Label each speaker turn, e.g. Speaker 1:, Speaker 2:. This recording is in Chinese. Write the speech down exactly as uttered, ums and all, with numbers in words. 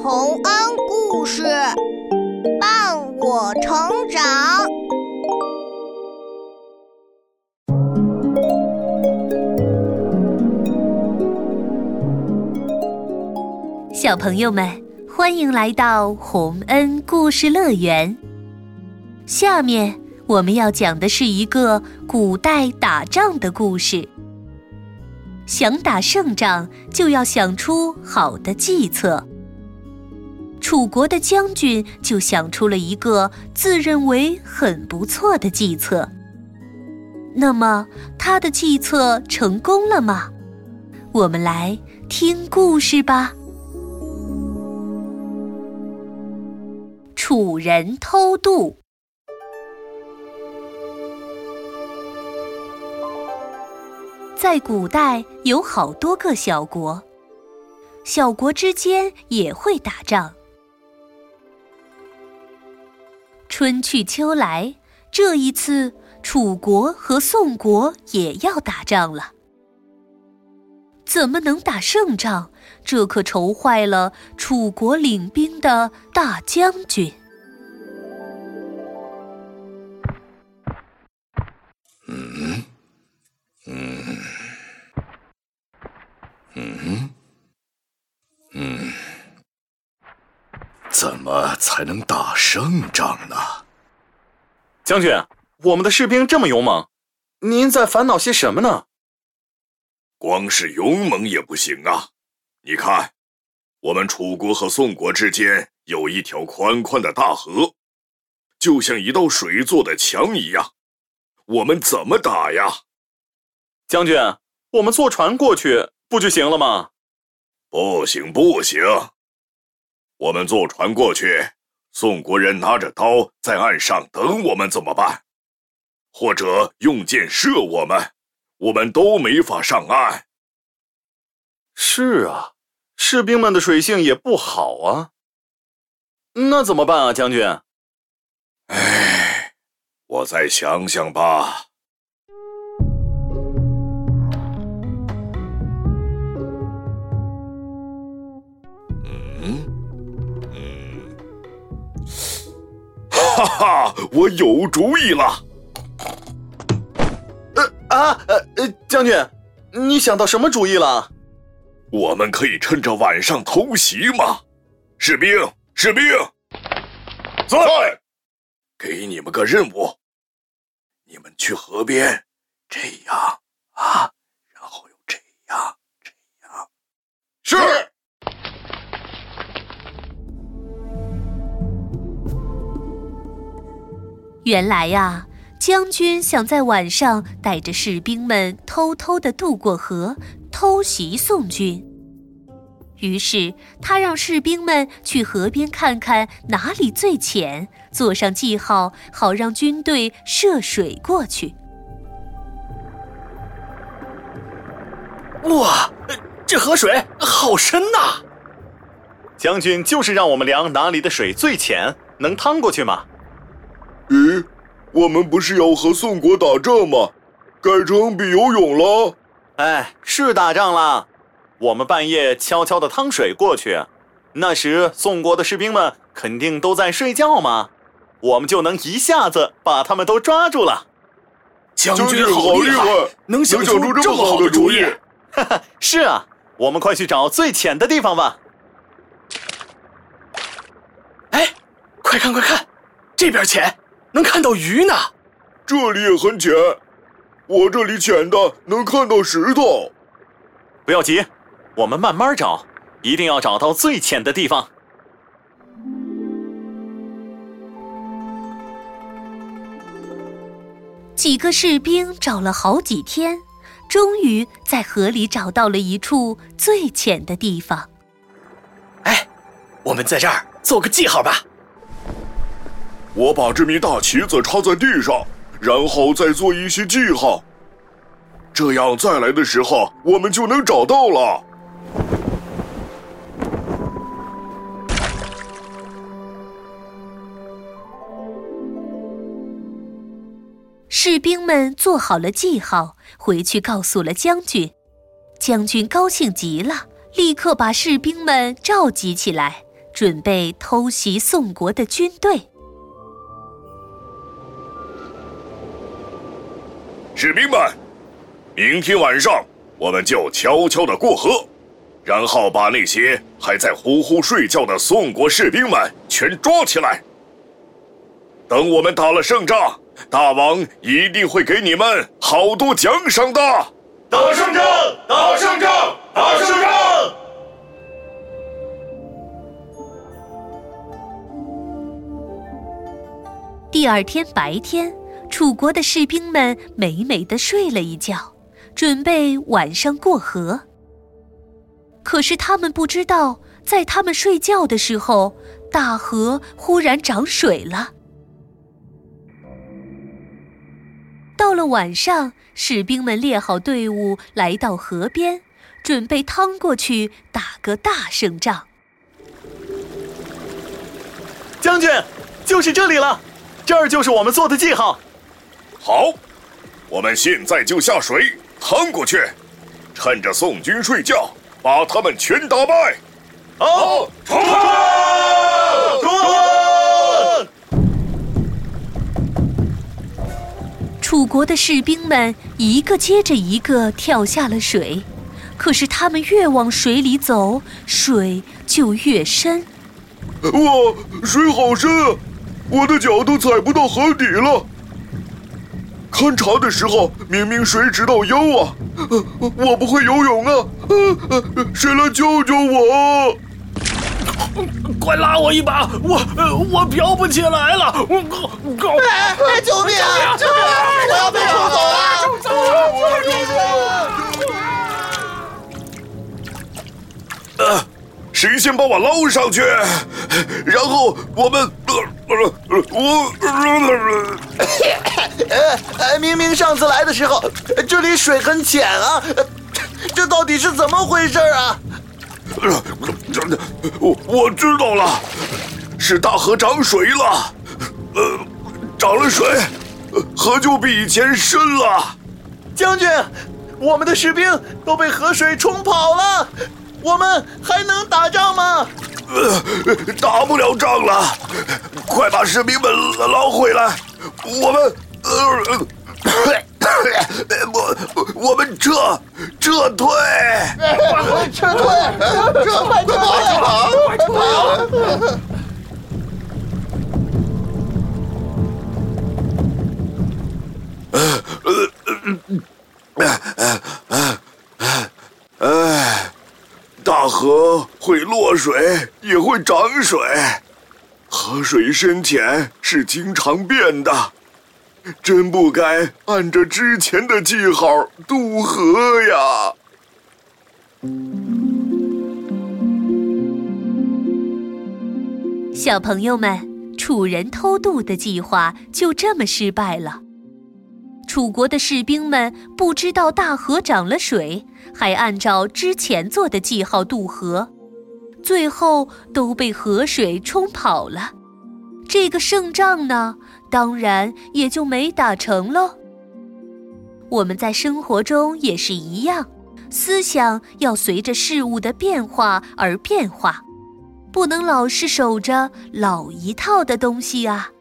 Speaker 1: 洪恩故事伴我成长。
Speaker 2: 小朋友们，欢迎来到洪恩故事乐园。下面我们要讲的是一个古代打仗的故事。想打胜仗，就要想出好的计策。楚国的将军就想出了一个自认为很不错的计策。那么，他的计策成功了吗？我们来听故事吧。楚人偷渡。在古代有好多个小国，小国之间也会打仗。春去秋来，这一次楚国和宋国也要打仗了。怎么能打胜仗？这可愁坏了楚国领兵的大将军。
Speaker 3: 嗯嗯嗯嗯，怎么才能打胜仗呢？
Speaker 4: 将军，我们的士兵这么勇猛，您在烦恼些什么呢？
Speaker 3: 光是勇猛也不行啊！你看，我们楚国和宋国之间有一条宽宽的大河，就像一道水做的墙一样，我们怎么打呀？
Speaker 4: 将军，我们坐船过去不就行了吗？
Speaker 3: 不行不行，我们坐船过去，宋国人拿着刀在岸上等我们怎么办？或者用箭射我们，我们都没法上岸。
Speaker 4: 是啊，士兵们的水性也不好啊。那怎么办啊，将军？
Speaker 3: 唉，我再想想吧。嗯嗯，哈哈，我有主意了。
Speaker 4: 呃啊呃呃，将军，你想到什么主意了？
Speaker 3: 我们可以趁着晚上偷袭吗？士兵，士兵，在！给你们个任务，你们去河边，这样啊，然后又这样，这样。是。
Speaker 2: 原来呀，将军想在晚上带着士兵们偷偷地渡过河，偷袭宋军。于是他让士兵们去河边看看哪里最浅，做上记号，好让军队涉水过去。
Speaker 5: 哇，这河水好深呐！
Speaker 4: 将军就是让我们量哪里的水最浅，能趟过去吗？
Speaker 3: 咦，我们不是要和宋国打仗吗？改成比游泳了？
Speaker 4: 哎，是打仗啦。我们半夜悄悄地趟水过去，那时宋国的士兵们肯定都在睡觉嘛，我们就能一下子把他们都抓住了。
Speaker 5: 将军好厉害，能想出这么好的主意。
Speaker 4: 哈哈，是啊，我们快去找最浅的地方吧。
Speaker 5: 哎，快看快看，这边浅，能看到鱼呢。
Speaker 3: 这里也很浅，我这里浅的能看到石头。
Speaker 4: 不要急，我们慢慢找，一定要找到最浅的地方。
Speaker 2: 几个士兵找了好几天，终于在河里找到了一处最浅的地方。
Speaker 5: 哎，我们在这儿做个记号吧。
Speaker 3: 我把这枚大旗子插在地上，然后再做一些记号，这样再来的时候我们就能找到了。
Speaker 2: 士兵们做好了记号，回去告诉了将军。将军高兴极了，立刻把士兵们召集起来， 准备偷袭宋国的军队。
Speaker 3: 士兵们，明天晚上我们就悄悄地过河，然后把那些还在呼呼睡觉的宋国士兵们全抓起来。等我们打了胜仗，大王一定会给你们好多奖赏的。
Speaker 4: 打胜仗！打胜仗！打胜仗！
Speaker 2: 第二天白天，楚国的士兵们美美地睡了一觉，准备晚上过河。可是他们不知道，在他们睡觉的时候，大河忽然涨水了。到了晚上，士兵们列好队伍来到河边，准备趟过去打个大胜仗。
Speaker 4: 将军，就是这里了，这儿就是我们做的记号。
Speaker 3: 好，我们现在就下水趟过去，趁着宋军睡觉，把他们全打败。
Speaker 4: 好，冲锋！冲锋！
Speaker 2: 楚国的士兵们一个接着一个跳下了水，可是他们越往水里走，水就越深。
Speaker 3: 哇，水好深啊！我的脚都踩不到河底了。勘察的时候，明明水直到腰啊！呃、我不会游泳啊！呃、谁来救救我？
Speaker 5: 快拉我一把！我呃我飘不起来了！我我
Speaker 1: 哎哎！救命啊！救命啊！我要被冲走了！
Speaker 5: 冲走了！
Speaker 3: 我呃，谁先把我捞上去？然后我们呃呃我
Speaker 6: 呃呃，明明上次来的时候，这里水很浅啊，这到底是怎么回事啊？
Speaker 3: 我我知道了，是大河涨水了，呃，涨了水，河就比以前深了。
Speaker 6: 将军，我们的士兵都被河水冲跑了，我们还能打仗吗？
Speaker 3: 呃，打不了仗了，快把士兵们捞回来，我们呃。我我们撤撤退，
Speaker 6: 撤退，撤快撤
Speaker 5: 快撤！
Speaker 3: 哎，大河会落水，也会涨水，河水深浅是经常变的。真不该按着之前的记号渡河呀！
Speaker 2: 小朋友们，楚人偷渡的计划就这么失败了。楚国的士兵们不知道大河涨了水，还按照之前做的记号渡河，最后都被河水冲跑了。这个胜仗呢，当然也就没打成喽。我们在生活中也是一样，思想要随着事物的变化而变化，不能老是守着老一套的东西啊。